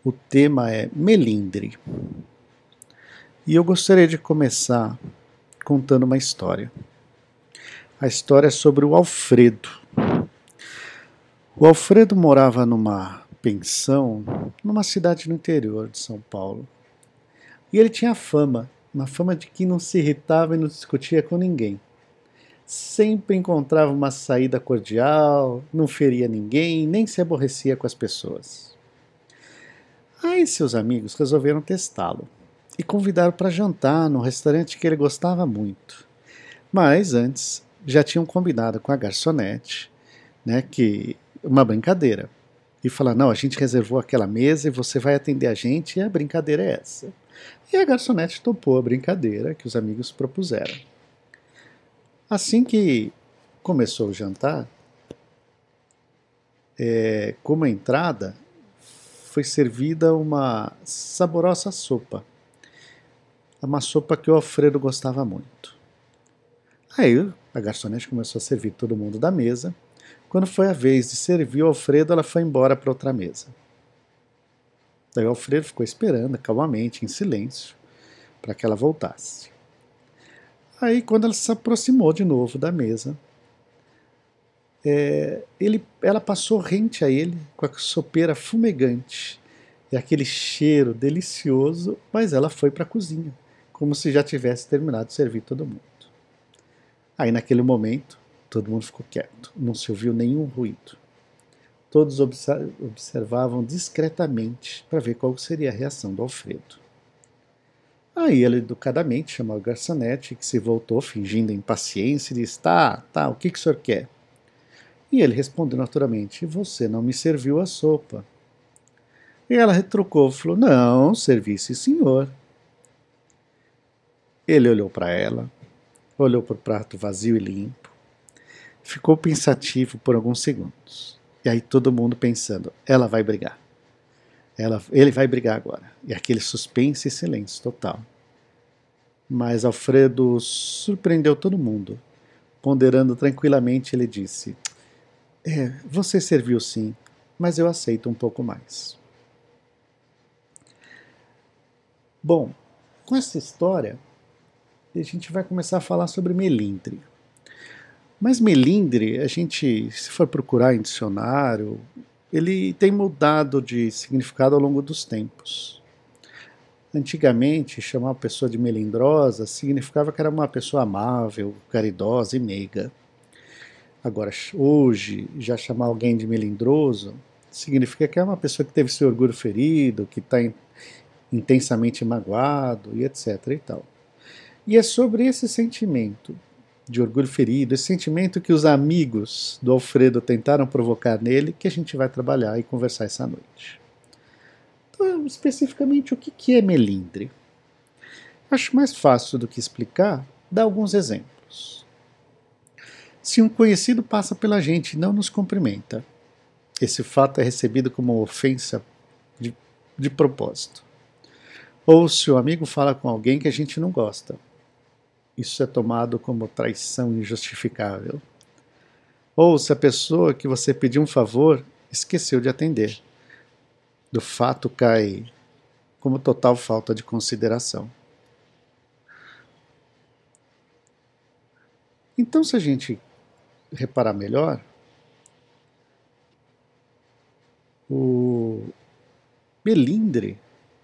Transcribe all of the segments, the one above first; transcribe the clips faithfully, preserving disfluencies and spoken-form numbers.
O tema é melindre. E eu gostaria de começar contando uma história. A história é sobre o Alfredo. O Alfredo morava numa pensão, numa cidade no interior de São Paulo. E ele tinha fama, uma fama de que não se irritava e não discutia com ninguém. Sempre encontrava uma saída cordial, não feria ninguém, nem se aborrecia com as pessoas. Aí seus amigos resolveram testá-lo e convidaram para jantar num restaurante que ele gostava muito. Mas antes já tinham combinado com a garçonete, né, que uma brincadeira. E falaram, não, a gente reservou aquela mesa e você vai atender a gente e a brincadeira é essa. E a garçonete topou a brincadeira que os amigos propuseram. Assim que começou o jantar, é, como entrada, foi servida uma saborosa sopa. Uma sopa que o Alfredo gostava muito. Aí a garçonete começou a servir todo mundo da mesa. Quando foi a vez de servir o Alfredo, ela foi embora para outra mesa. Daí o Alfredo ficou esperando calmamente, em silêncio, para que ela voltasse. Aí quando ela se aproximou de novo da mesa, é, ele, ela passou rente a ele com a sopeira fumegante e aquele cheiro delicioso, mas ela foi para a cozinha, como se já tivesse terminado de servir todo mundo. Aí naquele momento, todo mundo ficou quieto, não se ouviu nenhum ruído. Todos observavam discretamente para ver qual seria a reação do Alfredo. Aí ele educadamente chamou a garçonete, que se voltou fingindo impaciência e disse, tá, tá, o que, que o senhor quer? E ele respondeu naturalmente, você não me serviu a sopa. E ela retrucou, falou, não, servi sim, senhor. Ele olhou para ela, olhou para o prato vazio e limpo, ficou pensativo por alguns segundos. E aí todo mundo pensando, ela vai brigar. Ela, ele vai brigar agora. E aquele suspense e silêncio total. Mas Alfredo surpreendeu todo mundo. Ponderando tranquilamente, ele disse, é, você serviu sim, mas eu aceito um pouco mais. Bom, com essa história, a gente vai começar a falar sobre melindre. Mas melindre, a gente, se for procurar em dicionário, ele tem mudado de significado ao longo dos tempos. Antigamente, chamar uma pessoa de melindrosa significava que era uma pessoa amável, caridosa e meiga. Agora, hoje, já chamar alguém de melindroso significa que é uma pessoa que teve seu orgulho ferido, que está intensamente magoado e etc e tal. E é sobre esse sentimento de orgulho ferido, esse sentimento que os amigos do Alfredo tentaram provocar nele, que a gente vai trabalhar e conversar essa noite. Então, especificamente, o que é melindre? Acho mais fácil do que explicar, dar alguns exemplos. Se um conhecido passa pela gente e não nos cumprimenta, esse fato é recebido como uma ofensa de, de propósito. Ou se o amigo fala com alguém que a gente não gosta, isso é tomado como traição injustificável. Ou se a pessoa que você pediu um favor esqueceu de atender. Do fato cai como total falta de consideração. Então, se a gente reparar melhor, o melindre,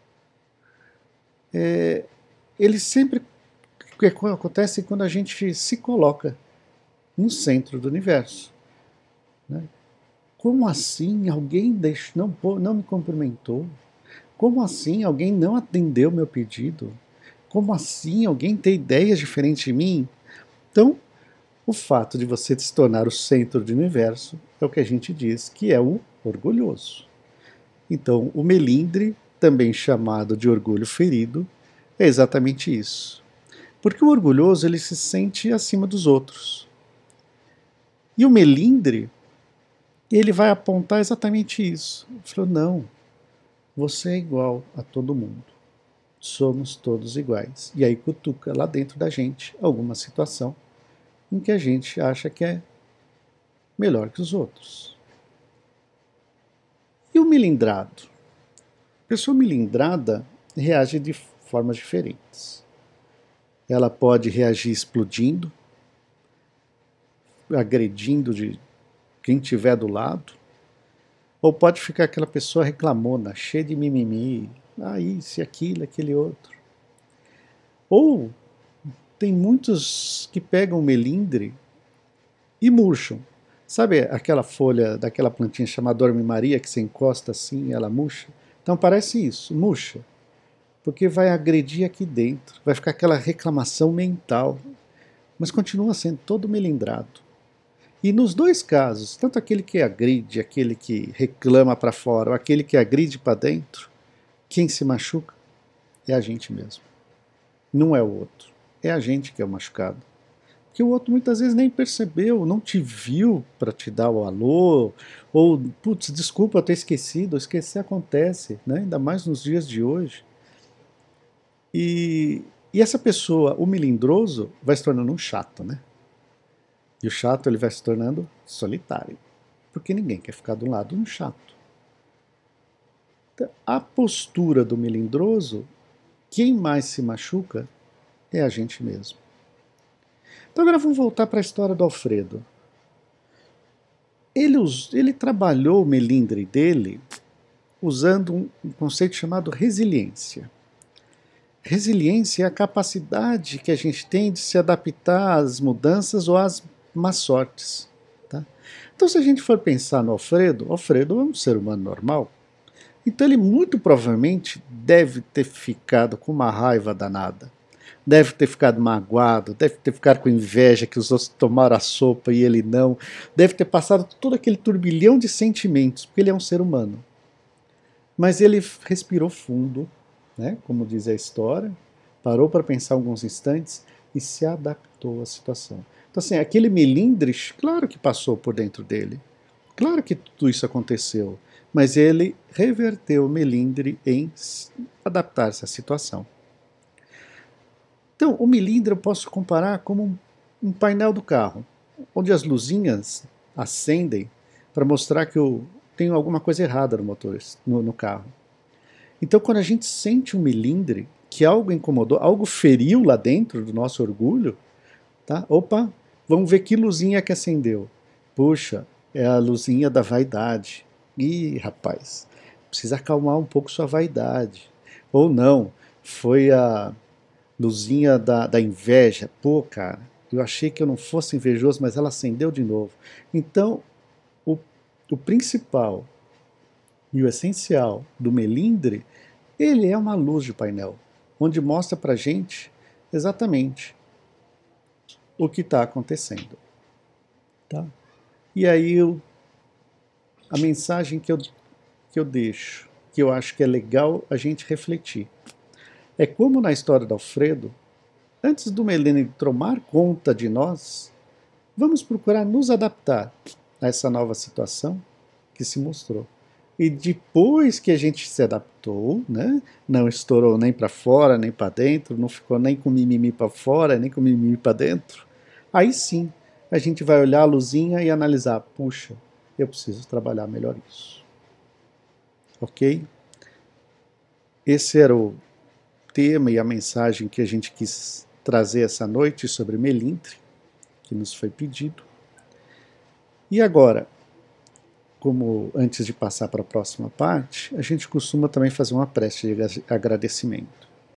é, ele sempre que acontece quando a gente se coloca no centro do universo. Né? Como assim alguém deixou, não, não me cumprimentou? Como assim alguém não atendeu meu pedido? Como assim alguém tem ideias diferentes de mim? Então, o fato de você se tornar o centro do universo é o que a gente diz que é o orgulhoso. Então, o melindre, também chamado de orgulho ferido, é exatamente isso. Porque o orgulhoso ele se sente acima dos outros. E o melindre, ele vai apontar exatamente isso. Ele falou, não, você é igual a todo mundo. Somos todos iguais. E aí cutuca lá dentro da gente alguma situação em que a gente acha que é melhor que os outros. E o melindrado? pessoa melindrada reage de formas diferentes. Ela pode reagir explodindo, agredindo de quem tiver do lado, ou pode ficar aquela pessoa reclamona, cheia de mimimi, ah, isso, aquilo, aquele outro. Ou tem muitos que pegam o melindre e murcham. Sabe aquela folha daquela plantinha chamada Dorme-Maria que você encosta assim e ela murcha? Então parece isso, murcha. Porque vai agredir aqui dentro, vai ficar aquela reclamação mental, mas continua sendo todo melindrado. E nos dois casos, tanto aquele que agride, aquele que reclama para fora, ou aquele que agride para dentro, quem se machuca é a gente mesmo. Não é o outro, é a gente que é o machucado. Porque o outro muitas vezes nem percebeu, não te viu para te dar o alô, ou, putz, desculpa eu ter esquecido, esquecer acontece, né? Ainda mais nos dias de hoje. E, e essa pessoa, o melindroso, vai se tornando um chato, né? E o chato ele vai se tornando solitário, porque ninguém quer ficar do lado de um chato. Então, a postura do melindroso, quem mais se machuca é a gente mesmo. Então agora vamos voltar para a história do Alfredo. Ele, ele trabalhou o melindre dele usando um, um conceito chamado resiliência. Resiliência é a capacidade que a gente tem de se adaptar às mudanças ou às más sortes. Tá? Então se a gente for pensar no Alfredo, o Alfredo é um ser humano normal, então ele muito provavelmente deve ter ficado com uma raiva danada, deve ter ficado magoado, deve ter ficado com inveja que os outros tomaram a sopa e ele não, deve ter passado todo aquele turbilhão de sentimentos, porque ele é um ser humano. Mas ele respirou fundo, né, como diz a história, parou para pensar alguns instantes e se adaptou à situação. Então assim, aquele melindre, claro que passou por dentro dele, claro que tudo isso aconteceu, mas ele reverteu o melindre em adaptar-se à situação. Então, o melindre eu posso comparar como um, um painel do carro, onde as luzinhas acendem para mostrar que eu tenho alguma coisa errada no motor, no, no carro. Então, quando a gente sente um melindre, que algo incomodou, algo feriu lá dentro do nosso orgulho, tá? Opa, vamos ver que luzinha que acendeu. Puxa, é a luzinha da vaidade. Ih, rapaz, precisa acalmar um pouco sua vaidade. Ou não, foi a luzinha da, da inveja. Pô, cara, eu achei que eu não fosse invejoso, mas ela acendeu de novo. Então, o, o principal e o essencial do melindre, ele é uma luz de painel, onde mostra pra gente exatamente o que está acontecendo. Tá? E aí eu, a mensagem que eu, que eu deixo, que eu acho que é legal a gente refletir, é como na história do Alfredo, antes do melindre tomar conta de nós, vamos procurar nos adaptar a essa nova situação que se mostrou. E depois que a gente se adaptou, né, não estourou nem para fora, nem para dentro, não ficou nem com mimimi para fora, nem com mimimi para dentro, aí sim a gente vai olhar a luzinha e analisar, puxa, eu preciso trabalhar melhor isso. Ok? Esse era o tema e a mensagem que a gente quis trazer essa noite sobre melindre, que nos foi pedido. E agora, como antes de passar para a próxima parte, a gente costuma também fazer uma prece de agradecimento.